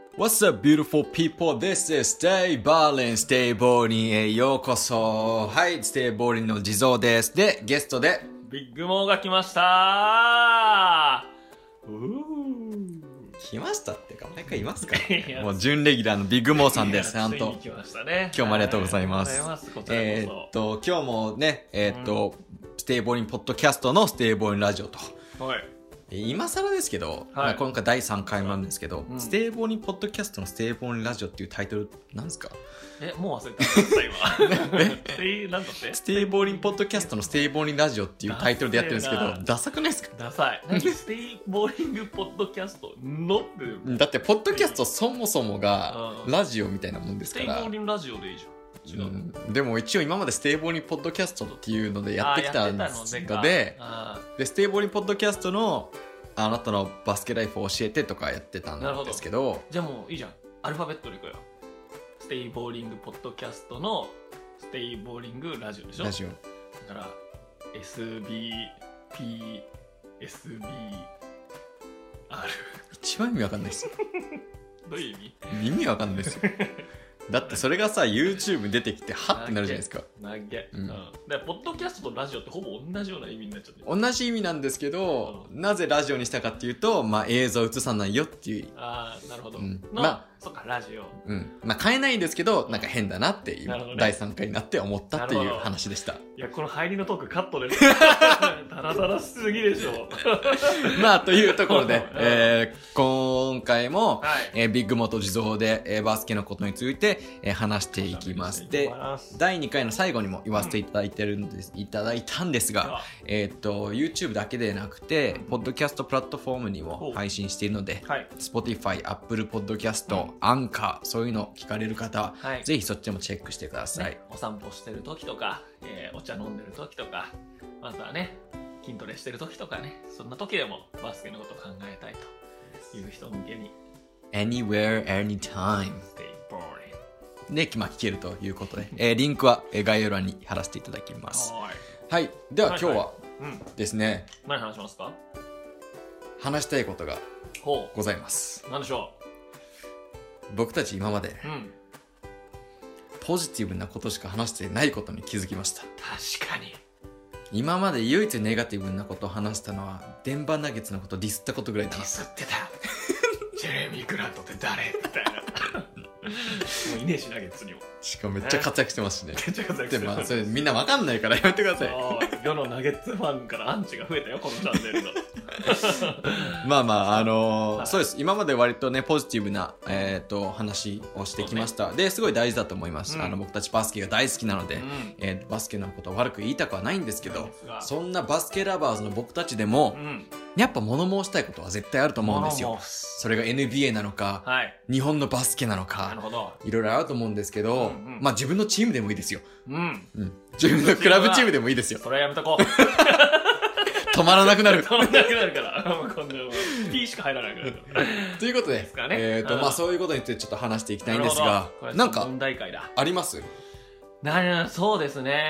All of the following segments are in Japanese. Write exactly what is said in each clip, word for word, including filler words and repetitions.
What's up, beautiful people? This is Stay Ballin' Stay Ballin' へようこそ。はい、Stay Ballin' の地蔵です。で、ゲストでビッグモーが来ましたー。うー来ましたってか毎回いますからね。もう準レギュラーのビッグモーさんです。ちゃんと。 来ましたね。 今日もありがとうございます。 ありがとうございます。 えー、っと今日もね、えー、っと、うん、ステイボーリンポッドキャストのステイボーリンラジオと。はい。今更ですけど、はいまあ、今回だいさんかいめなんですけど、うん、ステイボーリンポッドキャストのステイボーリンラジオっていうタイトルなんですか？ え、もう忘れた今えなんだってステイボーリンポッドキャストのステイボーリンラジオっていうタイトルでやってるんですけど、ダサくないですか？ ダサい。何ステイボーリングポッドキャストのってだってポッドキャストそもそもがラジオみたいなもんですから、 ステイボーリンラジオでいいじゃん。違う、うん、 でも一応今までステイボーリンポッドキャストっていうのでやってきたんですので、でステイボーリンポッドキャストのあなたのバスケライフを教えてとかやってたんですけ ど, どじゃあもういいじゃん、アルファベットでいこうよ。ステイボーリングポッドキャストのステイボーリングラジオでしょ。 ラジオだから エスビーピーエスビーアール一番意味わかんないですよどういう意味？ 意味わかんないですよだってそれがさ YouTube に出てきてはってなるじゃないですか。 なげ、うん、うん、でポッドキャストとラジオってほぼ同じような意味になっちゃってる。 同じ意味なんですけど、うん、なぜラジオにしたかっていうと、まあ、映像映さないよっていう。 ああなるほど、 うん、 まあそっかラジオ、 うんまあ、変えないんですけどなんか変だなっていう、ね、だいさんかいになって思ったっていう話でした。 いやこの入りのトークカットですダラダラしすぎでしょまあというところで、えー、今回も、はいえー、ビッグモト地蔵で、えー、バスケのことについて、えー、話していきます。でだいにかいの最後にも言わせていただいてるんです、うん、いただいたんですが、えー、っと YouTube だけでなくて、うん、ポッドキャストプラットフォームにも配信しているので、はい、Spotify、Apple Podcast、うんアンカーそういうの聞かれる方は、はい、ぜひそっちもチェックしてください、 ね、お散歩してる時とか、えー、お茶飲んでる時とかまずはね筋トレしてる時とかねそんな時でもバスケのことを考えたいという人向けに Anywhere, Anytime で、まあ、聞けるということで、えー、リンクは概要欄に貼らせていただきます。はい、では今日は、はいはいうん、ですね何話しますか？ 話したいことがございます。 何でしょう？ 僕たち今まで、うん、ポジティブなことしか話してないことに気づきました。 確かに今まで唯一ネガティブなことを話したのはデンバーナゲッツのことをディスったことぐらいだな。 ディスってたジェレミー・グラントって誰みたいなもういねえしナゲッツにもしかもめっちゃ活躍してますしね。 めっちゃ活躍してます。 でまあそれみんなわかんないからやめてください。 世のナゲッツファンからアンチが増えたよこのチャンネルのまあまああのーはい、そうです。今まで割とねポジティブな、えー、と話をしてきました、ね、ですごい大事だと思います、うん、あの僕たちバスケが大好きなので、うんえー、バスケのことを悪く言いたくはないんですけど、そんなバスケラバーズの僕たちでも、うん、やっぱ物申したいことは絶対あると思うんですよ。それが エヌビーエー なのか、はい、日本のバスケなのかなるほどいろいろあると思うんですけど、うんうん、まあ自分のチームでもいいですよ、 うんうん、 自分のクラブチームでもいいですよ。 それはやめとこう止まらなくなる止まらなくなるからこんな P しか入らないからということで、ねえーとまあ、そういうことについてちょっと話していきたいんですが、なんかあります？ なそうですね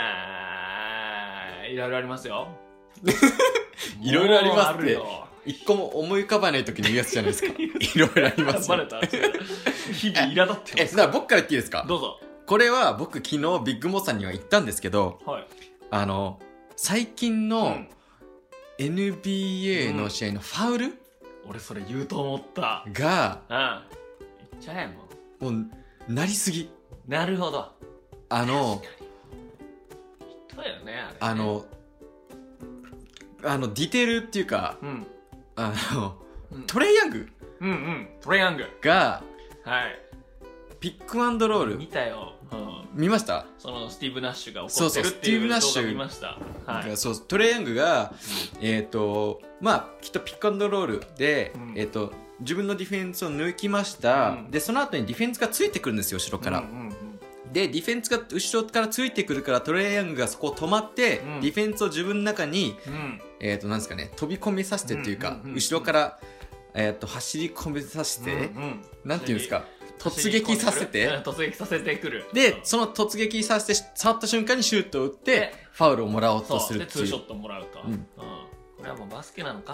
いろいろありますよいろいろありますって一個も思い浮かばない時に言うやつじゃないですかいろいろありますバレた日々苛立ってます。 えだから僕から言っていいですか？ どうぞ。 これは僕昨日ビッグモさんには言ったんですけど、はい、あの最近の、うんエヌビーエー の試合のファウル、うん、 俺それ言うと思ったが、 うん、言っちゃえもうもうなりすぎ。 なるほど。 あの人よねあれねあのあのディテールっていうか、うん、あの、うん、トレイヤングうんうんトレイヤングがはいピックアンドロール見たよ、うん、 見ました？ そのスティーブ・ナッシュが怒ってるっていう動画見ました。 はい、そうトレイヤングが、うん、えっ、ー、とまあきっとピックアンドロールで、うん、えっ、ー、と自分のディフェンスを抜きました、うん、でその後にディフェンスがついてくるんですよ後ろから、うんうんうん、でディフェンスが後ろからついてくるからトレイヤングがそこを止まって、うん、ディフェンスを自分の中に、うん、えっ、ー、となんですかね飛び込みさせてっていうか、うんうんうん、後ろから、えー、と走り込みさせて、うんうん、なんていうんですか突撃させて突撃させてくるでその突撃させて触った瞬間にシュートを打ってファウルをもらおうとするっていうでツーショットもらうと、うんうん、これはもうバスケなのかと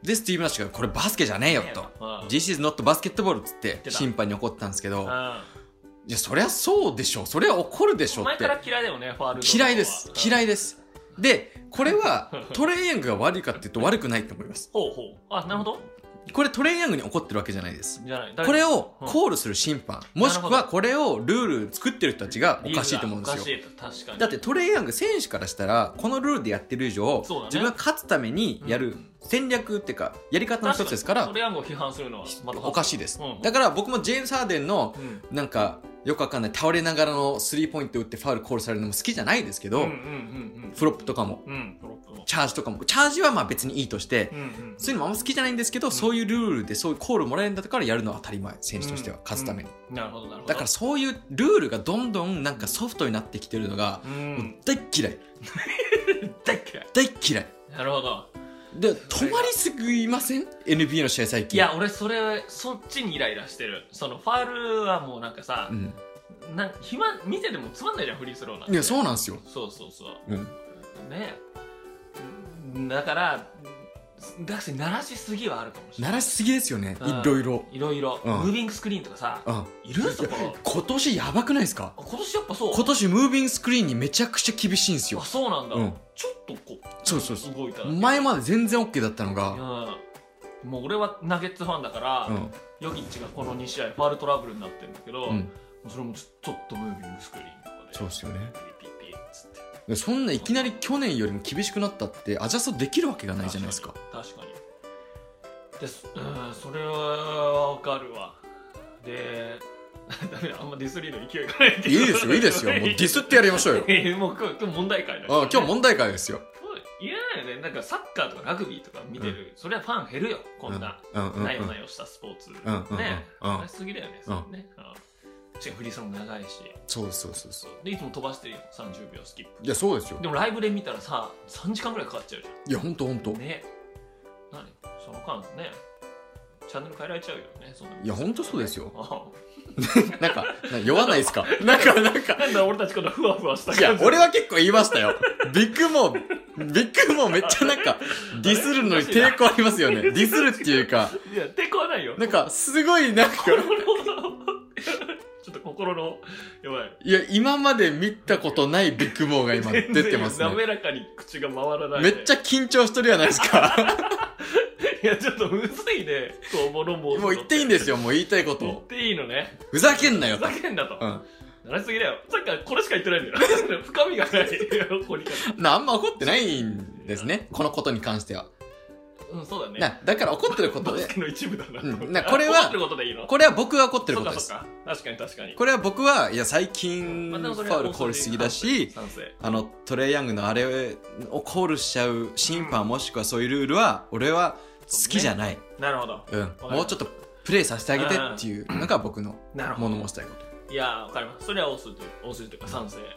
でスティーブ・ナッシュがこれバスケじゃねえよと、 うん、 This is not basketball っつって審判に怒ったんですけど、 うん、 いやそりゃそうでしょ、それは怒るでしょって。 前から嫌いだよねファール。 嫌いです、嫌いです。でこれはトレイヤングが悪いかっていうと悪くないと思います。 ほうほう、あ、なるほど。これトレイヤングに怒ってるわけじゃないです。 じゃない、 これをコールする審判、うん、もしくはこれをルール作ってる人たちがおかしいと思うんですよ。 おかしい、確かに。 だってトレイヤング選手からしたらこのルールでやってる以上、ね、自分が勝つためにやる戦略っていうかやり方の一つですから、 トレイヤングを批判するのはまたおかしいです、 うん、 だから僕もジェームス・ハーデンのなんかよくわかんない倒れながらのスリーポイント打ってファウルコールされるのも好きじゃないですけど、うんうんうんうん、フロップとかも、うん、チャージとかも、チャージはまあ別にいいとして、うんうん、そういうのもあんま好きじゃないんですけど、うん、そういうルールでそういうコールもらえるんだからやるのは当たり前、選手としては勝つために、 うんうん、なるほどなるほど。 だからそういうルールがどんどんなんかソフトになってきてるのが、うん、もう大っ嫌い大っ嫌い大っ嫌い。 なるほど。 で止まりすぎません エヌビーエー の試合最近。 いや俺それそっちにイライラしてる。そのファールはもうなんかさ、うん、な暇見ててもつまんないじゃん、フリースローなんて。 いやそうなんですよ。 そうそうそう、うん、ね、だからだし鳴らしすぎはあるかもしれない。 鳴らしすぎですよね、いろいろいろいろ、うん、ムービングスクリーンとかさ、うん、いるそこ今年やばくないですか。 今年やっぱそう。 今年ムービングスクリーンにめちゃくちゃ厳しいんですよ。 あ、そうなんだ、うん、ちょっとこうそうそうそう動いた前まで全然 OK だったのが、 うん、もう俺はナゲッツファンだから、うん、ヨキッチがこのに試合ファールトラブルになってるんだけど、うん、それもちょっとムービングスクリーンとかでそうですよね。 ピッピッピッつってそんないきなり去年よりも厳しくなったってアジャストできるわけがないじゃないですか。 確かにで、うん、それはわかるわ。でダメだ、あんまディスリーの勢いがないけど。いいですよいいですよ、もうディスってやりましょうよもう今日問題会だ、ね、 ああ今日問題会ですよ。 いらないよね。なんかサッカーとかラグビーとか見てる、うん、それはファン減るよ、こんな、うんうんうん、なよなよしたスポーツ、うんうん、ね、ありすぎだよね、うん、それね、うん、しかもフリースローも長いし。 そうそうそうそう。 でいつも飛ばしてるよ、さんじゅうびょうスキップ。 いやそうですよ。 でもライブで見たらささんじかんぐらいかかっちゃうじゃん。 いやほんとほんとね、何その間ねチャンネル変えられちゃうよね、そんな。 いやほんとそうですよなんか酔わないですかなんかなんかなんだ俺たちこんなふわふわした感じ。 いや俺は結構言いましたよビッグモービッグモーめっちゃなんかディスるのに抵抗ありますよね。ディスるっていうか、 いや抵抗はないよ。 なんかすごいなんかちょっと心のやばい。 いや今まで見たことないビッグモーが今出てますね。 滑らかに口が回らない、 ね、めっちゃ緊張しとるやないですかいやちょっとむずいね、こう物申す。 もう言っていいんですよ、もう言いたいこと言っていいのね。 ふざけんなよふざけんなと、うん、なりすぎだよ。さっきからこれしか言ってないんだよ深みがないなあんま怒ってないんですね、このことに関しては。 うん、そうだね。 なだから怒ってることでバスケの一部だな、うん、 なこれは怒ってることでいいの。 これは僕が怒ってることです。 そうかそうか、確かに確かに。 これは僕はいや最近ファウルコールしすぎだし、あのトレイヤングのあれをコールしちゃう審判もしくはそういうルールは俺は好きじゃない、ね、 なるほど、 うん、もうちょっとプレイさせてあげてっていうのが僕の物申したいこと。 いやわかります。それは大筋という大筋というか賛成、はい、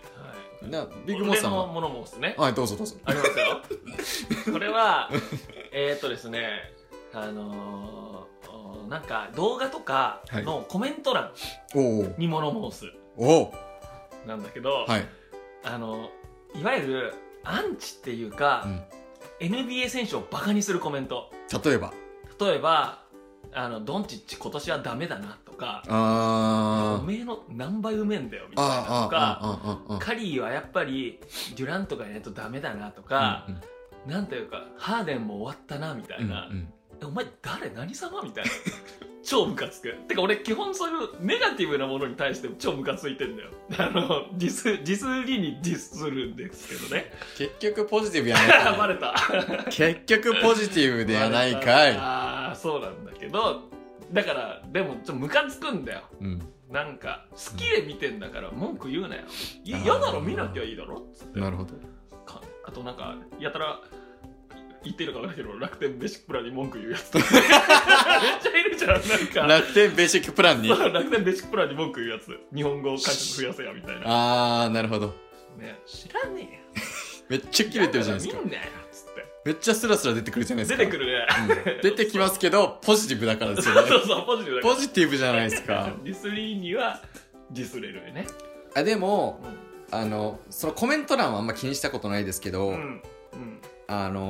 なビッグモスさんは俺の物申すね。 はいどうぞどうぞ。 ありますよこれはえーっとですね、あのー、なんか動画とかのコメント欄に物申す、 おなんだけど、 はい、 あのいわゆるアンチっていうか、うん、エヌビーエー 選手をバカにするコメント。 例えば例えばあのドンチッチ今年はダメだなとか、 あおめえの何倍うめえんだよみたいなとか、カリーはやっぱりデュラントがいないとダメだなとか、うんうん、なんというかハーデンも終わったなみたいな、うんうん、お前誰何様みたいな超ムカつく。てか俺基本そういうネガティブなものに対して超ムカついてんだよ。あのディスディスリにディスるんですけどね。 結局ポジティブやないかいバレた結局ポジティブでやないかい。 ああそうなんだけど、だからでもちょっとムカつくんだよ、うん、なんか好きで見てんだから文句言うなよ、嫌、うん、だろ見なきゃいいだろっつって。 なるほど。 かあとなんかやたら言ってるか分からないけど楽天ベーシックプランに文句言うやつめっちゃいるじゃん。なんか楽天ベーシックプランに楽天ベーシックプランに文句言うやつ、日本語解説増やせやみたいな。 あーなるほど、 ね、知らねえよめっちゃキレてるじゃないですか。 見んなよっつってめっちゃスラスラ出てくるじゃないですか。 出てくるね、 うん、出てきますけどポジティブだからですよねそうそうポジティブだからポジティブじゃないですかディスリーにはディスれるよね。 あでも、うん、あのそのコメント欄はあんま気にしたことないですけど、うんうん、あの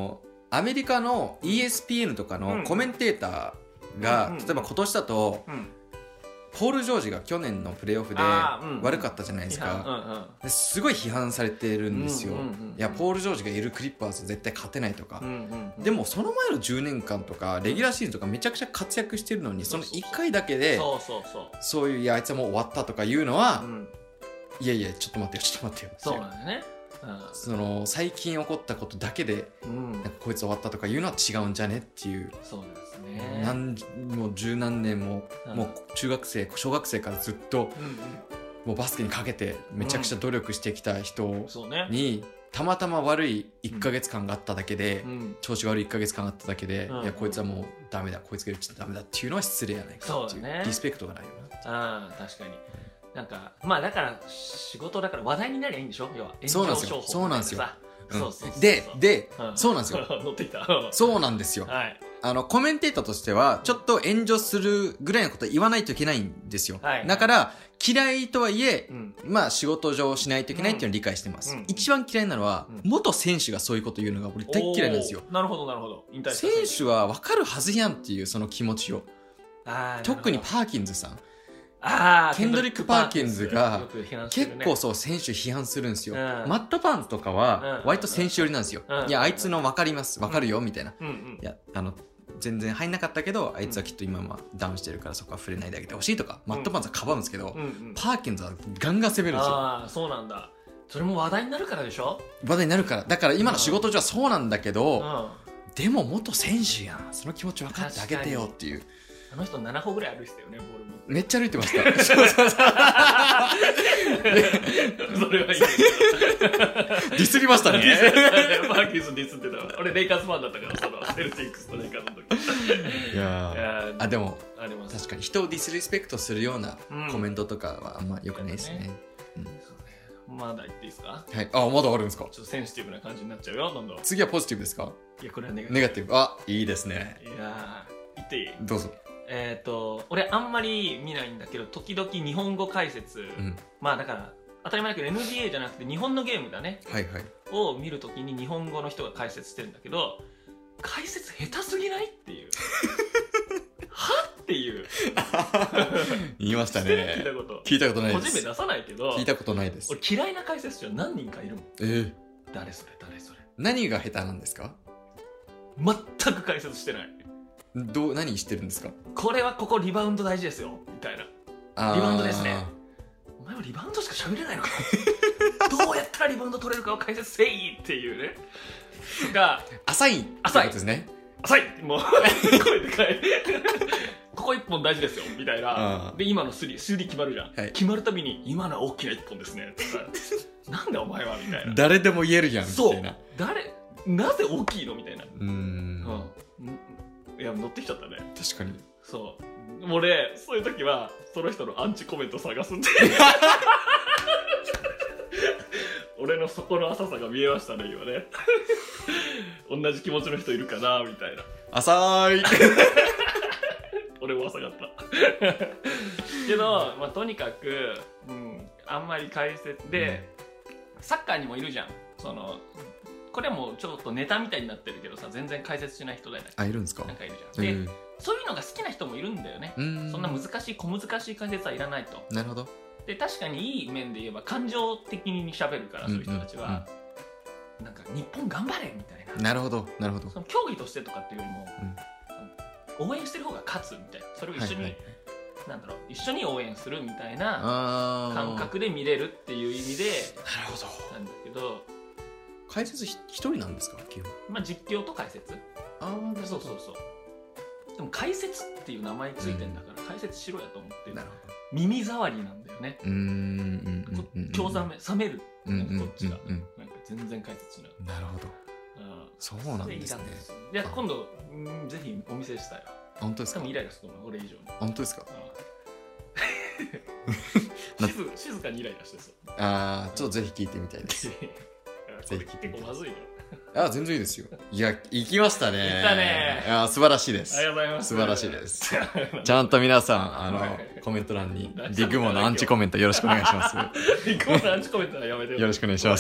アメリカの イーエスピーエヌ とかのコメンテーターが、うん、例えば今年だと、うん、ポール・ジョージが去年のプレーオフで悪かったじゃないですか、うんうん、ですごい批判されてるんですよ、うんうんうん、いやポール・ジョージがいるクリッパーズ絶対勝てないとか、うんうんうん、でもその前のじゅうねんかんとかレギュラーシーズンとかめちゃくちゃ活躍してるのに、そのいっかいだけでそういういやあいつはもう終わったとかいうのは、うん、いやいやちょっと待ってよちょっと待ってよ、 そうなんだよね、うん、 その最近起こったことだけで、うん、なんかこいつ終わったとかいうのは違うんじゃねっていう、 そうですね、 何もう十何年も、うん、もう中学生小学生からずっと、うんうん、もうバスケにかけてめちゃくちゃ努力してきた人に、うんね、たまたま悪いいっかげつかんがあっただけで、うん、調子が悪いいっかげつかんがあっただけで、うん、いやこいつはもうダメだこいつが言っちゃダメだっていうのは失礼やないかっていう、ね、リスペクトがないよな。 あ確かになんかまあだから仕事だから話題になりゃいいんでしょ、要は炎上商法そうなんですよ、 うん、そうそうそうそうでで、 うん、 そうなんですよ乗ってきたそうなんですよ、はい、あのコメンテーターとしてはちょっと炎上するぐらいのこと言わないといけないんですよ、はい、だから嫌いとはいえ、うん、まあ仕事上しないといけないっていうのを理解してます、うん、一番嫌いなのは、うん、元選手がそういうこと言うのが俺大嫌いなんですよ。 なるほどなるほど、引退選手は分かるはずやんっていうその気持ちを、あ特にパーキンズさん、あケンドリック・パーキンズが結構そう選手批判するんですよ、うん、マット・パンズとかは割と選手寄りなんですよ、うん、いやあいつの分かります分かるよみたいな、うんうん、いやあの全然入んなかったけどあいつはきっと今はダウンしてるからそこは触れないであげてほしいとか、うん、マット・パンズはかばうんですけど、うんうん、パーキンズはガンガン攻めるんですよ。 ああそうなんだ、それも話題になるからでしょ。 話題になるから、だから今の仕事上はそうなんだけど、うん、でも元選手やん、その気持ち分かってあげてよっていう。 あの人ななほぐらい歩いてたよね、ボールもめっちゃ歩いてました。そうそうそうそれはいい。 ディスりましたね。 パーキンスディスってたわ。俺レイカーズファンだったから、そのセルティックスとレイカーズの時。 いやーあでも確かに人をディスリスペクトするようなコメントとかはあんま良くないですね。 うん、まだ言っていいですか。 はい。あまだあるんですか。 ちょっとセンシティブな感じになっちゃうよ、どんどん。 次はポジティブですか。 いやこれはネガティブ。ネガティブ。あいいですね。 いや言っていい。 どうぞ。 えっ、ー、と俺あんまり見ないんだけど時々日本語解説、うん、まあだから当たり前だけど エヌビーエー じゃなくて日本のゲームだね、 はいはい、 を見るときに日本語の人が解説してるんだけど解説下手すぎないっていうはっていう言いましたね。 聞いたこと聞いたことないです。 個人名出さないけど聞いたことないです。 俺嫌いな解説者何人かいるもん。 えー、 誰それ誰それ。 何が下手なんですか。 全く解説してない。 どう何してるんですか。 これはここリバウンド大事ですよみたいな。リバウンドですね。お前はリバウンドしか喋れないのか。どうやったらリバウンド取れるかを解説せいっていうね。が浅い浅いですね。 浅いもう声でかい。ここ一本大事ですよみたいな。で今のスリースリー決まるじゃん、はい、決まるたびに今のは大きな一本ですねとかなんだお前はみたいな。 誰でも言えるやんみたいな。 誰なぜ大きいのみたいな。うーん、うんいや乗ってきちゃったね。 確かに。 そう俺そういう時はその人のアンチコメント探すんで俺の底の浅さが見えましたね今ね。同じ気持ちの人いるかなみたいな。 浅い。 俺も浅かったけど、まあ、とにかく、うん、あんまり解説で、うん、サッカーにもいるじゃん。そのこれもちょっとネタみたいになってるけどさ全然解説しない人だよね。 あいるんですか。 なんかいるじゃん。で、えー、そういうのが好きな人もいるんだよね。んそんな難しい小難しい解説はいらないと。 なるほど。で確かにいい面で言えば感情的に喋るから、そういう人たちは、うんうん、なんか日本頑張れみたいな。 なるほどなるほど。 その競技としてとかっていうよりも、うん、応援してる方が勝つみたいな。それを一緒に、はいはい、なんだろう一緒に応援するみたいな感覚で見れるっていう意味でなるほどなんだけど。 解説一人なんですか基本。 まあ実況と解説。ああそうそうそう。でも解説っていう名前ついてんだから、うん、解説しろやと思ってる。なるほど。耳障りなんだよね。うーん。興ざめ冷める、うん、こっちが、うん、なんか全然解説しない。 なるほど。あそうなんですね。 いや今度んぜひお見せしたいわ。 本当ですか。 多分イライラすると思う俺以上に。 本当ですか。 静, 静かにイライラしてそう。 ああちょっとぜひ聞いてみたいです。 これ結構まずいね。 あ、全然いいですよ。いや、行きましたね。 行ったね。 いや、素晴らしいです。 ありがとうございます。 素晴らしいです。ちゃんと皆さん、あの、コメント欄に、ビッグモのアンチコメントよろしくお願いします。 ビッグモのアンチコメントはやめてよ。 よろしくお願いします。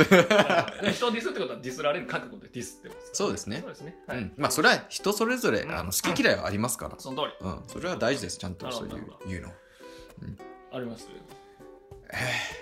人をディスってことはディスられる覚悟でディスってことです。 そうですね。 そうですね。 うん。まあ、それは人それぞれ、あの、好き嫌いはありますから。 その通り。 うん。それは大事です。ちゃんとそういう、言うの。 あります？ え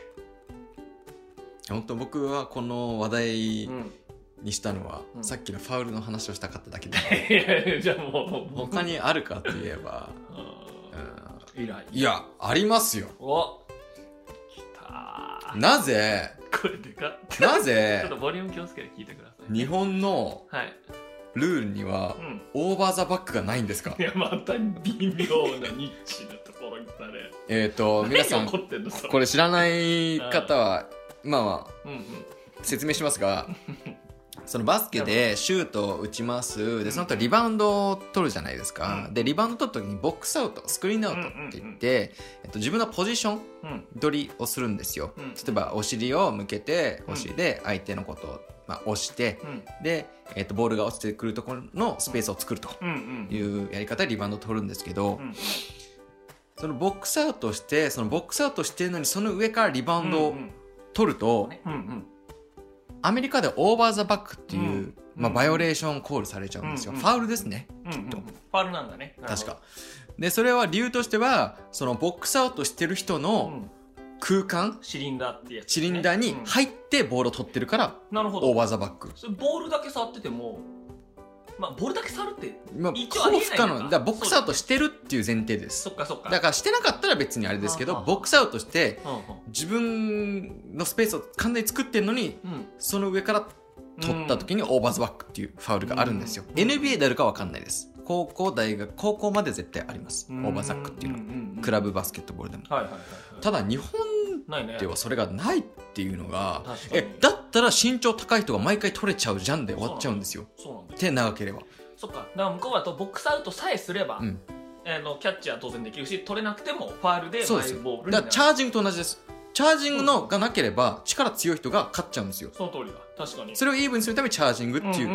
え。本当僕はこの話題、にしたのは、うん、さっきのファウルの話をしたかっただけでじゃあもう他にあるかって言えばうん、いいやありますよ。 おきたなぜこれでかなぜちょっとボリューム気をつけて聞いてください。 日本のルールには、はい、オーバーザバックがないんですか？ いやまた微妙なニッチなところにたね。 えっと皆さんこれ知らない方はまあまあ、うんうん、説明しますがそのバスケでシュートを打ちます。で、その後リバウンドを取るじゃないですか。うん、で、リバウンド取った時にボックスアウト、スクリーンアウトって言って、うんうんうん、えっと、自分のポジション取りをするんですよ。うん、例えば、お尻を向けて、お尻で相手のことを、まあ、押して、うん、で、えっと、ボールが落ちてくるところのスペースを作るというやり方でリバウンドを取るんですけど、うんうん、そのボックスアウトして、そのボックスアウトしてるのに、その上からリバウンドを取ると、うんうんうん、アメリカでオーバーザバックっていう、うんまあ、バイオレーションコールされちゃうんですよ、うんうん、ファウルですね、うんうん、きっとファウルなんだね。 確かでそれは理由としてはそのボックスアウトしてる人の空間、うん、 シリンダーってやつ、ね、 シリンダーに入ってボールを取ってるから、うん、なるほどオーバーザバック。 それボールだけ触っててもまあ、ボールだけ触るって一応ありえないのか。だからボックスアウトしてるっていう前提です。 そっかそっか。 だからしてなかったら別にあれですけど、ボックスアウトして自分のスペースを完全に作ってるのに、うん、その上から取った時にオーバーズバックっていうファウルがあるんですよ。うん、エヌビーエー であるか分かんないです。高校大学高校まで絶対あります。オーバーザックっていうのは、うん、クラブバスケットボールでも。はいはいはいはい、ただ日本ではそれがないっていうのが、えだったら身長高い人が毎回取れちゃうじゃんで終わっちゃうんですよ。手長ければ。 そっか。だから向こうだとボックスアウトさえすれば、うん、あのキャッチは当然できるし、取れなくてもファールでマイボールになる。 だからチャージングと同じです。チャージングのがなければ力強い人が勝っちゃうんですよ。 その通りだ。確かに。 それをイーブンにするためにチャージングっていう。うんうんうん、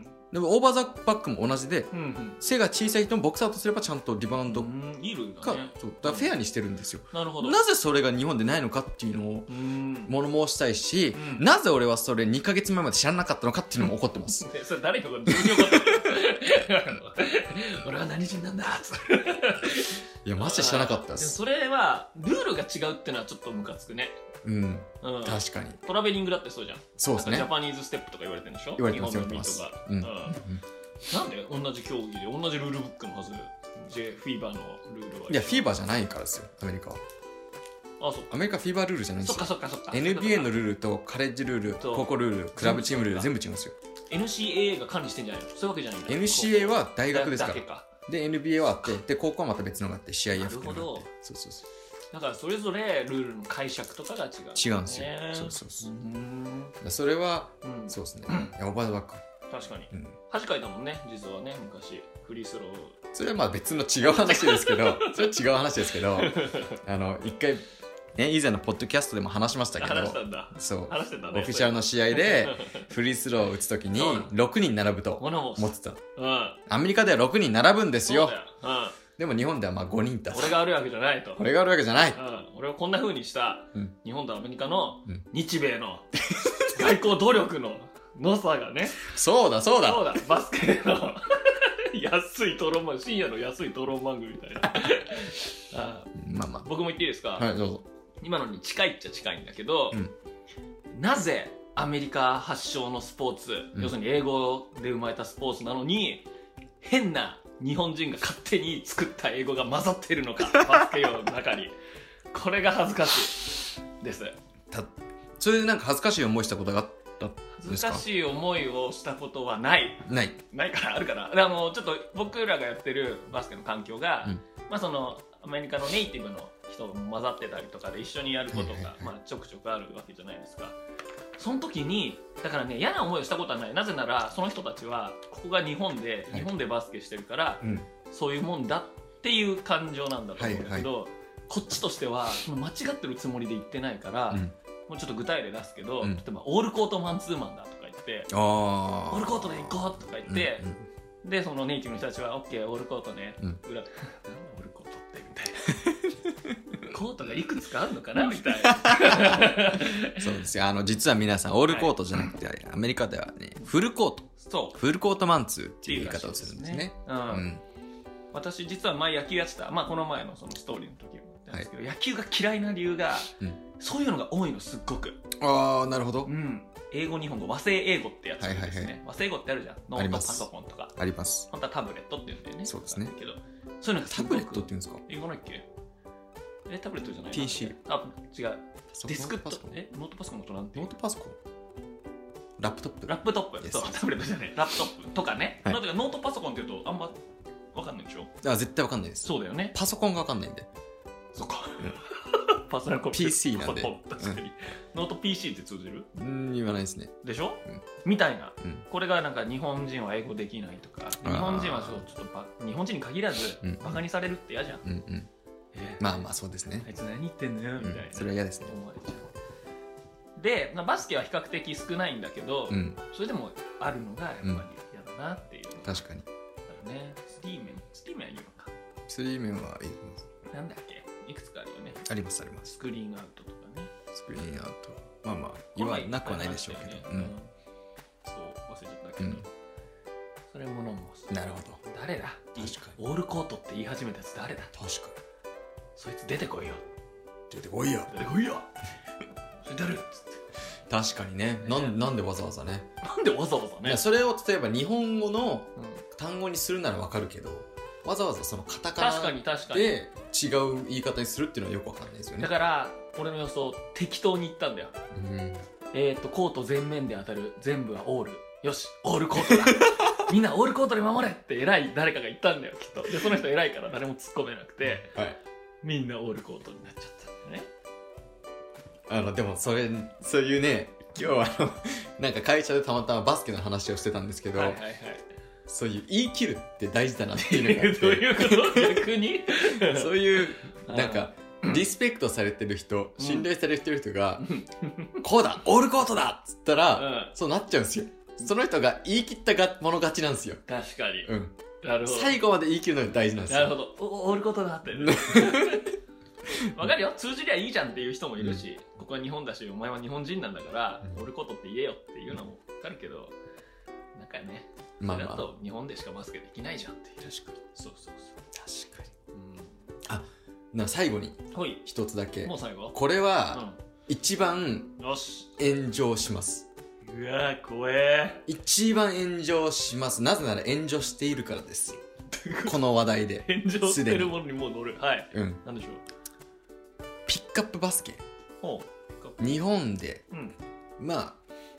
でもオーバーザバックも同じで、うんうん、背が小さい人もボックスアウトすればちゃんとリバウンドが、 いるんだね。そうだからフェアにしてるんですよ。 なるほど。 なぜそれが日本でないのかっていうのを物申したいし、うん、なぜ俺はそれにかげつまえまで知らなかったのかっていうのも怒ってます。 それ誰かがどういうこと俺は何人なんだいやマジで知らなかったです。 それはルールが違うっていうのはちょっとムカつくね。 うん、うん、確かに。 トラベリングだってそうじゃん。 そうですね。 ジャパニーズステップとか言われてるんでしょ。 言われてます。日本のミートが、うんうん、 なんで同じ競技で同じルールブックのはず J フィーバーのルールは。 いやフィーバーじゃないからですよアメリカは。 あ、そっか。 アメリカフィーバールールじゃないんですよ。 そっかそっかそっか。 エヌビーエー のルールとカレッジルール、高校ルール、クラブチームルール全部違うんですよ。 エヌシーエーエー が管理してんじゃないの。そういうわけじゃないんだ。 エヌシーエー は大学ですから。かで エヌビーエー はあって、で高校はまた別のがあって シーアイエフ っていうのがあって。そうそうそう。 だからそれぞれルールの解釈とかが違う、ね、 違うんですよ。そうそうそう。うんそれは、うん、そうですね。オーバーザバック。 確かに。うん、恥かいたもんね、実はね、昔フリースロー。 それはまあ別の違う話ですけど、それは違う話ですけど、あの一回ね以前のポッドキャストでも話しましたけど、 話したんだ。 そう。 話してたね。 オフィシャルの試合でフリースローを打つときにろくにん並ぶと思ってた。うん。アメリカではろくにん並ぶんですよ。うん。でも日本ではまあごにんだ。 俺があるわけじゃないと。 俺があるわけじゃない。うん、 俺はこんな風にした、うん、日本とアメリカの、うん、日米の外交努力ののさがね。 そうだそうだ。 そうだ。バスケの安いトロンマン、深夜の安いトロンマングみたいな。あまあまあ。僕も言っていいですか。 はいどうぞ。 今のに近いっちゃ近いんだけど、うん、なぜアメリカ発祥のスポーツ、うん、要するに英語で生まれたスポーツなのに変な日本人が勝手に作った英語が混ざってるのかバスケ用の中にこれが恥ずかしいです。 たそれでなんか恥ずかしい思いしたことがあったんですか？ 恥ずかしい思いをしたことはないないないからあるかな。あのちょっと僕らがやってるバスケの環境が、うん、まあそのアメリカのネイティブの人が混ざってたりとかで一緒にやることが、まあ、ちょくちょくあるわけじゃないですか。その時にだからね嫌な思いをしたことはない。なぜならその人たちはここが日本で、はい、日本でバスケしてるから、うん、そういうもんだっていう感情なんだと思うんだけど、はいはい、こっちとしてはその間違ってるつもりで言ってないから、うん、 もうちょっと具体例出すけど、 うん、 例えばオールコートマンツーマンだとか言って、 あオールコートで行こうとか言って、うんうん、でそのネイティブの人たちはオッケーオールコートね、うん、裏オールコートってみたいなコートがいくつかあるのかなみたいなそうですよ。あの実は皆さんオールコートじゃなくて、はい、アメリカではねフルコート、そうフルコートマンツーっていう言い方をするんですね。うん、うん、 私実は前野球やってた、まあ、この前のそのストーリーの時も言ったんですけど、はい、野球が嫌いな理由が、うん、そういうのが多いのすっごく。 ああなるほど、 うん、英語日本語和製英語ってやつですね、はいはいはい、和製英語ってあるじゃん。ノートパソコンとかあります。 本当はタブレットって言うんだよね。 そうですね。 けどそういうのがタブレットって言うんですか。 英語なんだっけ。えタブレットじゃないピーシー。 あ違うディスクトップ。えノートパソコンのことなんてノートパソコンラップトップラップトップ、そうタブレットじゃないラップトップとかね、はい、ノートパソコンって言うとあんま分かんないでしょ。 あ絶対分かんないです。 そうだよね。 パソコンが分かんないんで。 そっか、うん、パソコンピーシー なんで確かに、うん、ノート ピーシー って通じる？ うん言わないですね。 でしょ、うん、みたいな、うん、これがなんか日本人は英語できないとか、日本人はそうちょっとバ日本人に限らず、うん、バカにされるって嫌じゃん、うんうんえー、まあまあそうですね。 あいつ何言ってんのよみたいな、うん、 それは嫌ですね。 思われちゃう。で、まあ、バスケは比較的少ないんだけど、うん、それでもあるのがやっぱり嫌だなっていう、うん、 確かにあるね。スリーメンスリーメンはいいのか。 スリーメンはいいなんだっけいくつかあるよね。 ありますあります。 スクリーンアウトとかね。 スクリーンアウトまあまあ言わなくはないでしょうけど、ねうん、 そう忘れちゃったけど、うん、それものもなるほど。 誰だ確かにオールコートって言い始めたやつ誰だ。 確かにそいつ出てこいよ出てこいよ出てこいよそれ出るっつって。 確かにね。なん、なんでわざわざね。 なんでわざわざね。 それを例えば日本語の単語にするならわかるけど、わざわざそのカタカナで違う言い方にするっていうのはよくわかんないですよね。 だから俺の予想適当に言ったんだよ、うん、えっとコート全面で当たる全部はオールよしオールコートだみんなオールコートで守れって偉い誰かが言ったんだよきっと。でその人偉いから誰も突っ込めなくて、はい、みんなオールコートになっちゃったんだよね。 あのでもそれそういうね今日はあのなんか会社でたまたまバスケの話をしてたんですけど、はいはいはい、そういう言い切るって大事だなっていうのがあってどういうこと逆にそういうなんかリスペクトされてる人、信頼されてる人が、うん、こうだオールコートだっつったら、うん、そうなっちゃうんですよ。その人が言い切ったがもの勝ちなんですよ。 確かに、 うん、 なるほど。 最後まで言い切るのが大事なんですよ。 なるほど。オールコートだってわかるよ。通じりゃいいじゃんっていう人もいるし、うん、ここは日本だしお前は日本人なんだから、うん、オールコートって言えよっていうのもわかるけど、なんかねそれだと日本でしかバスケできないじゃんっていう。 確かにそうそうそう確かに、うん、あな最後に一つだけ。 もう最後これは、うん、一番炎上します。 うわ怖え。 一番炎上します。なぜなら炎上しているからですこの話題で炎上してるものにもう乗る。はい、うん、なんでしょう。 ピックアップバスケ日本で、うん、まあ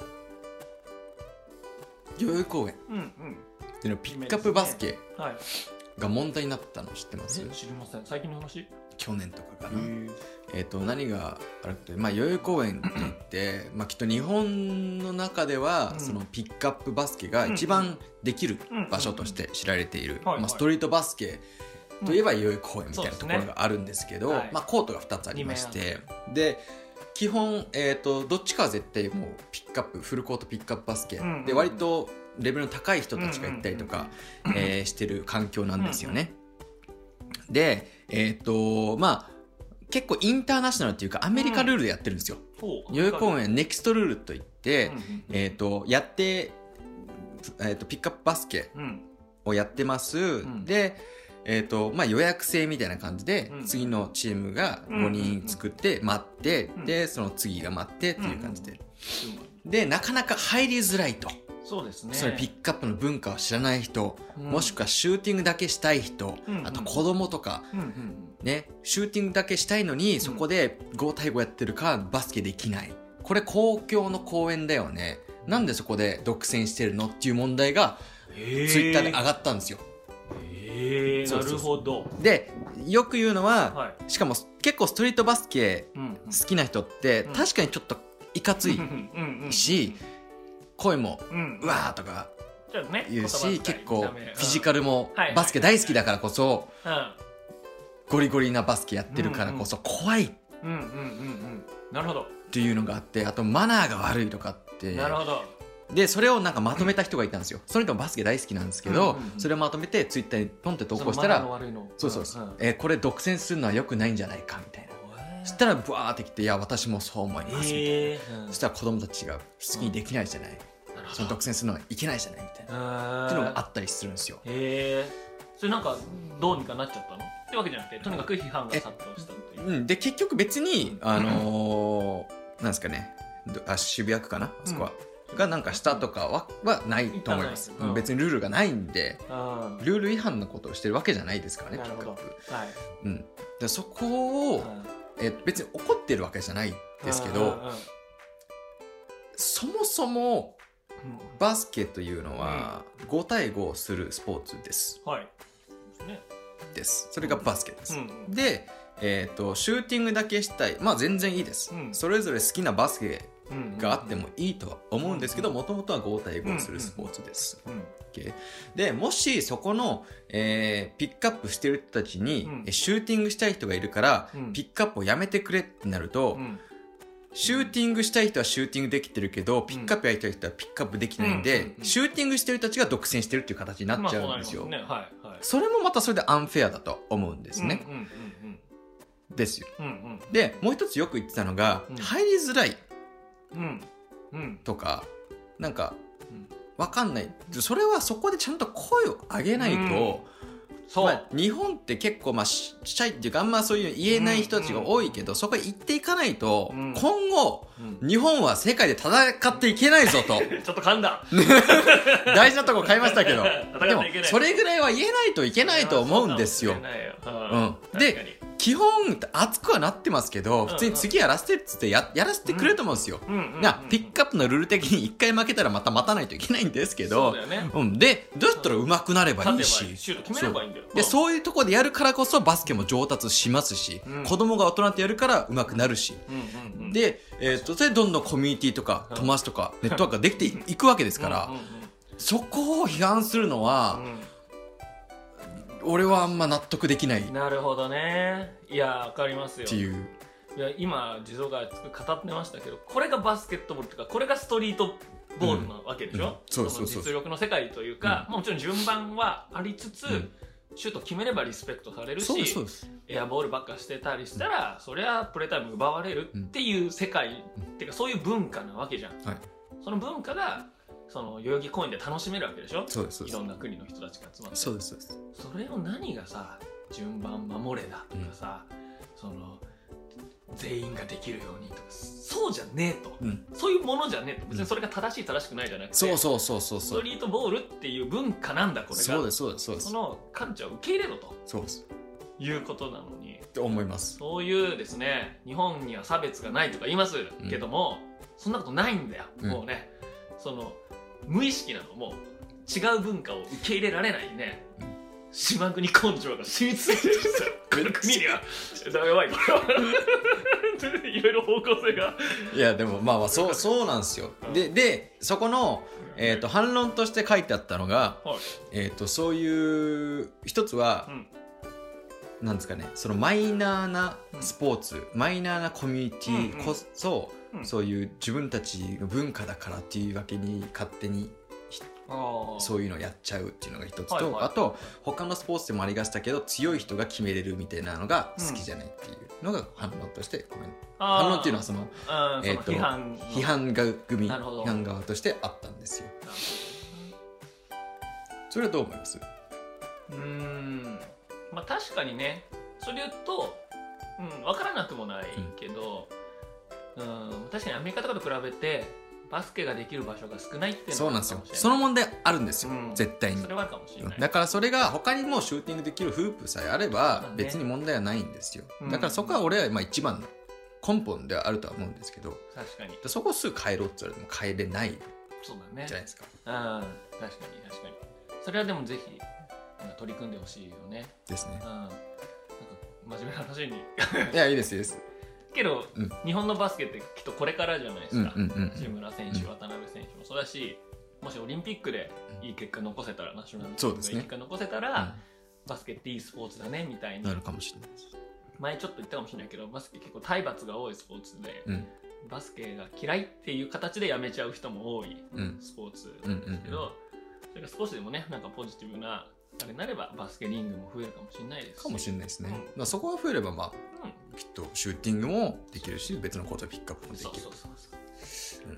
代々木公園っていうのピックアップバスケが問題になったの知ってます？ 知りません。最近の話？ 去年とかかな。えっと何があるって、まあ代々木公園って言ってまあきっと日本の中ではそのピックアップバスケが一番できる場所として知られている、まあストリートバスケといえば代々木公園みたいなところがあるんですけど、まあコートがふたつありまして、で基本、えーと、どっちかは絶対もうピックアップフルコートピックアップバスケ、うんうん、で割とレベルの高い人たちが行ったりとか、うんうんえー、してる環境なんですよね、うんうん、でえっ、ー、とまあ結構インターナショナルっていうかアメリカルールでやってるんですよ、うん、代々木公園ネクストルールといって、うんうんえー、とやって、えー、とピックアップバスケをやってます、うん、でえーとまあ、予約制みたいな感じで、うん、次のチームがごにん作って待って、うん、でその次が待ってっていう感じで、うん、でなかなか入りづらいと。 そうですね。 それピックアップの文化を知らない人、うん、もしくはシューティングだけしたい人、うん、あと子供とか、うんね、シューティングだけしたいのに、うん、そこでご対ごやってるからバスケできない。これ公共の公園だよね。なんでそこで独占してるのっていう問題がツイッターで上がったんですよ。 えー、なるほど。 でよく言うのは、はい、しかも結構ストリートバスケ好きな人って、うんうん、確かにちょっといかついし、声も、うん、うわーとか言うし、ね、結構フィジカルもバスケ大好きだからこそ、ゴリゴリなバスケやってるからこそ怖いっうんうんうんうん、なるほどっていうのがあって、あとマナーが悪いとかって。 なるほど。 でそれをなんかまとめた人がいたんですよ。その人もバスケ大好きなんですけど、 うんうんうん、 それをまとめてツイッターにポンって投稿したら、 そそうそう、うん、えー、これ独占するのは良くないんじゃないかみたいな。そしたらブワーってきて、いや私もそう思いますみたいな、えーうん、そしたら子供たちが好きにできないじゃない、うん、その独占するのはいけないじゃないみたいなっていうのがあったりするんですよ。 へえー、それなんかどうにかなっちゃったのってわけじゃなくて、とにかく批判が殺到したっていう。うん、 で結局別にあのー、なんですかね、あ渋谷区かな、あそこは、うん、がなんかしたとか は, はないと思います、うん、別にルールがないんで、うん、ルール違反のことをしてるわけじゃないですからね、ピックアップ、はい、うん、でそこを、うんえ別に怒ってるわけじゃないですけど、そもそもバスケというのはご対ごするスポーツです、 はい、 です。それがバスケです、うん、で、えーと、シューティングだけしたい、まあ全然いいです、うん、それぞれ好きなバスケがあってもいいとは思うんですけど、もともとはご対ごするスポーツです、うんうんokay、でもしそこの、えー、ピックアップしてる人たちに、うん、シューティングしたい人がいるから、うん、ピックアップをやめてくれってなると、うん、シューティングしたい人はシューティングできてるけど、ピックアップやりたい人はピックアップできないんで、うんうんうん、シューティングしてる人たちが独占してるっていう形になっちゃうんですよ、まあそうなりますね、はいはい、それもまたそれでアンフェアだと思うんですね、うんうんうんうん、ですよ、うんうん、でもう一つよく言ってたのが、うん、入りづらいとか、なんかわかんない、それはそこでちゃんと声を上げないと、うん、そう、まあ、日本って結構まあシャイっていうかあんまそういう言えない人たちが多いけど、うんうん、そこへ行っていかないと、うん、今後、うん、日本は世界で戦っていけないぞとちょっと噛んだ大事なとこ買いましたけどでもそれぐらいは言えないといけないと思うんですよ、うん、で基本熱くはなってますけど、普通に次やらせてっつってややらせてくれると思うんですよ、うんうんうんうん、ピックアップのルール的にいっかい負けたらまた待たないといけないんですけど、そうだよね、うん、でどうやったら上手くなればいいし、 シュート決めればいいんだよ、 でそういうところでやるからこそバスケも上達しますし、うん、子供が大人とやるから上手くなるし、うんうんうん、で、えー、とそれでどんどんコミュニティとか友達とかネットワークができていくわけですからうんうん、うん、そこを批判するのは、うん、俺はあんま納得できない。 なるほどね。いやわかりますよっていう。 いや今地蔵が語ってましたけど、これがバスケットボールというか、これがストリートボールなわけでしょ、うんうん、そうそうそう、実力の世界というか、うん、もちろん順番はありつつ、うん、シュート決めればリスペクトされるし、そうですそうです、エアボールばっかしてたりしたら、うん、そりゃプレータイム奪われるっていう世界、うん、っていうかそういう文化なわけじゃん、はい、その文化がその代々木公園で楽しめるわけでしょ。 そうですそうです、 いろんな国の人たちが集まって、 そうですそうです。 それを何がさ、順番守れだとかさ、うん、その全員ができるようにとか、そうじゃねえと、うん、そういうものじゃねえと、別にそれが正しい正しくないじゃなくて、 そうそうそうそう、 ストリートボールっていう文化なんだこれが。 そうですそうですそうです。 そのカルチャーを受け入れろと、 そうですいうことなのにって思います。 そういうですね、日本には差別がないとか言いますけども、うん、そんなことないんだよ、うん、もうね、その無意識なの、もう違う文化を受け入れられないね、うん、島国根性が染みついてるんですよこの国には。やばいこれはいろいろ方向性が。 いやでもまあまあそうそうなんですよ、うん、ででそこの、えー、と反論として書いてあったのが、はい、えー、とそういう一つは、うん、なんですかね、そのマイナーなスポーツ、うん、マイナーなコミュニティこそ、うんうん、そういう自分たちの文化だからっていうわけに勝手にそういうのをやっちゃうっていうのが一つと、はいはい、あと他のスポーツでもありがしたけど強い人が決めれるみたいなのが好きじゃないっていうのが反論としてコメント、反論っていうのはその、えー、と批判批判が組批判側としてあったんですよ。それはどう思います？ うーん、まあ確かにね、それ言うと、うん、分からなくもないけど、うん、うん確かにアメリカとかと比べてバスケができる場所が少ないっていうのがあるかもしれない。そうなんですよ。その問題あるんですよ、うん、絶対に。 それはあるかもしれない。 だからそれが他にもシューティングできるフープさえあれば別に問題はないんですよ、ね、だからそこは俺はまあ一番の根本ではあるとは思うんですけど、 確かにそこをすぐ変えろって言われても変えれないそうだねじゃないですか。 あ確かに確かに。それはでもぜひ取り組んでほしいよね。 ですね。うん、なんか真面目な話にいやいいですいいですけど、うん、日本のバスケってきっとこれからじゃないですか。内村選手、渡辺選手もそうだし、もしオリンピックでいい結果残せたら、ナショナルチームでいい結果残せたら、うん、バスケっていいスポーツだねみたいになるかもしれないです。 前ちょっと言ったかもしれないけどバスケ結構体罰が多いスポーツで、うん、バスケが嫌いっていう形でやめちゃう人も多いスポーツなんですけど、それが少しでもねなんかポジティブなあれになればバスケリングも増えるかもしれないですし、 かもしれないですね、うん、そこが増えればまあ、うん、きっとシューティングもできるし別のことをピックアップもできる。そうそうそうそう、うん、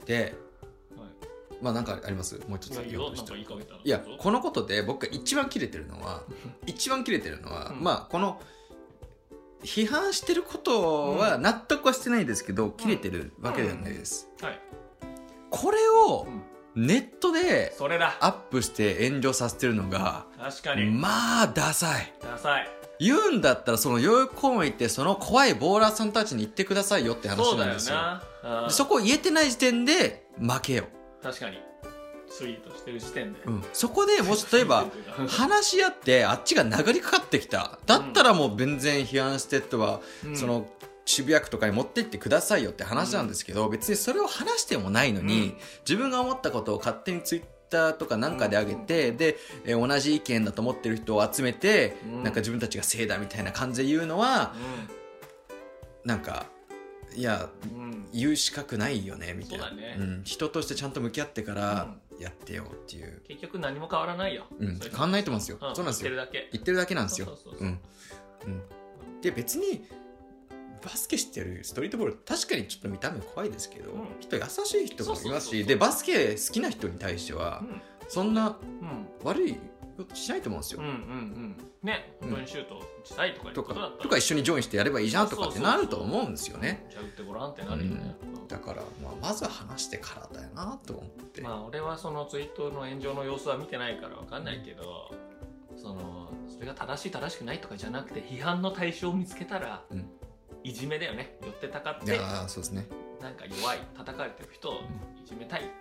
で、はい、まあなんかあります？もう一つ言おうとしてる。いやこのことで僕が一番キレてるのは一番キレてるのは、うん、まあこの批判してることは納得はしてないですけど、うん、キレてるわけではないです、うんうんはい、これを、うんネットでアップして炎上させてるのが確かにまあダサいダサい。 言うんだったらその代々木公園行ってその怖いボーラーさんたちに言ってくださいよって話なんですよ。そうだよな。そこを言えてない時点で負けよ。 確かにツイートしてる時点で、 うん、そこでもし例えば話し合ってあっちが殴りかかってきただったらもう全然批判してとは、うん、その渋谷区とかに持って行ってくださいよって話なんですけど、うん、別にそれを話してもないのに、うん、自分が思ったことを勝手にツイッターとかなんかで上げて、うん、で、えー、同じ意見だと思ってる人を集めて、うん、なんか自分たちが正だみたいな感じで言うのは、うん、なんかいや、うん、言う資格ないよねみたいな、そうだね、うん、人としてちゃんと向き合ってからやってよっていう、 結局何も変わらないよ、 うん、変わらないと思うんですよ、うん、そうなんですよ、 言ってるだけ言ってるだけなんですよ。で別にバスケしてるストリートボール確かにちょっと見た目怖いですけど、うん、人優しい人もいますし、でバスケ好きな人に対しては、うん、そんな悪いことしないと思うんですよ、うんうんうん、 ね、本当にシュート打ちたいとかいうことだったら、 とか一緒にジョインしてやればいいじゃんとかってなると思うんですよね。 じゃあ打ってごらんってなるよね、 うん、だから、まあ、まずは話してからだよなと思って、 まあ俺はそのツイートの炎上の様子は見てないから分かんないけど、そのそれが正しい正しくないとかじゃなくて批判の対象を見つけたら、うんいじめだよね。寄ってたかって、 いやそうですね、 なんか弱い叩かれてる人をいじめたい、うん、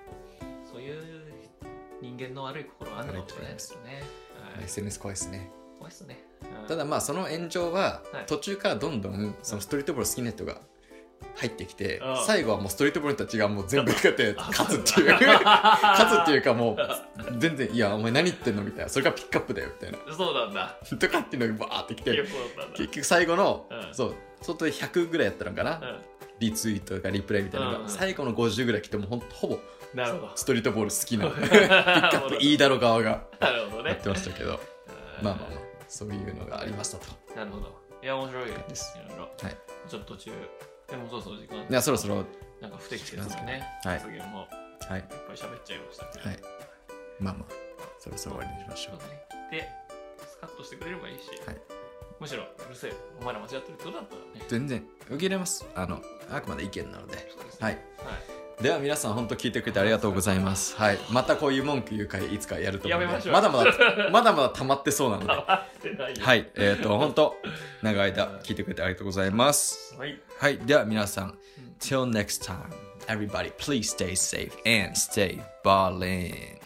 そういう人間の悪い心があるのかもしれないですよね、 はい、エスエヌエス 怖いですね。 怖いですね、 うん、ただまあその炎上は途中からどんどんそのストリートボール好きな人が入ってきて、うん、最後はもうストリートボールたちがもう全部勝って勝つっていう勝つっていうかもう全然いやお前何言ってんのみたいな、それがピックアップだよみたいな、 そうなんだとかっていうのがバーってきて、結局最後の、うん、そう外でひゃくぐらいやったのかな、うん、リツイートとかリプライみたいなのが、うんうん、最後のごじゅうぐらい来てもほんとほぼストリートボール好きなピックアップいいだろ側がやってましたけど、まあまあまあそういうのがありましたと。 なるほど。いや面白いです。いろいろ、はい、ちょっと途中でもそうそう時間いやそろそろなんか不適切ですね、はい、発言もいっぱい喋っちゃいましたけど、はい、 まあまあそろそろ終わりにしましょう。 でスカッとしてくれればいいし、はい、むしろうるせえお前ら間違ってるってことだったらね全然受け入れます。あのあくまで意見なので、そうですね、はい、はい、では皆さん本当聞いてくれてありがとうございます。はい、またこういう文句言う回いつかやると思うので、やめましょう。まだまだまだまだ溜まってそうなので、はい、えっと本当長い間聞いてくれてありがとうございます。はい、はい、では皆さん、till next time, everybody please stay safe and stay ballin'.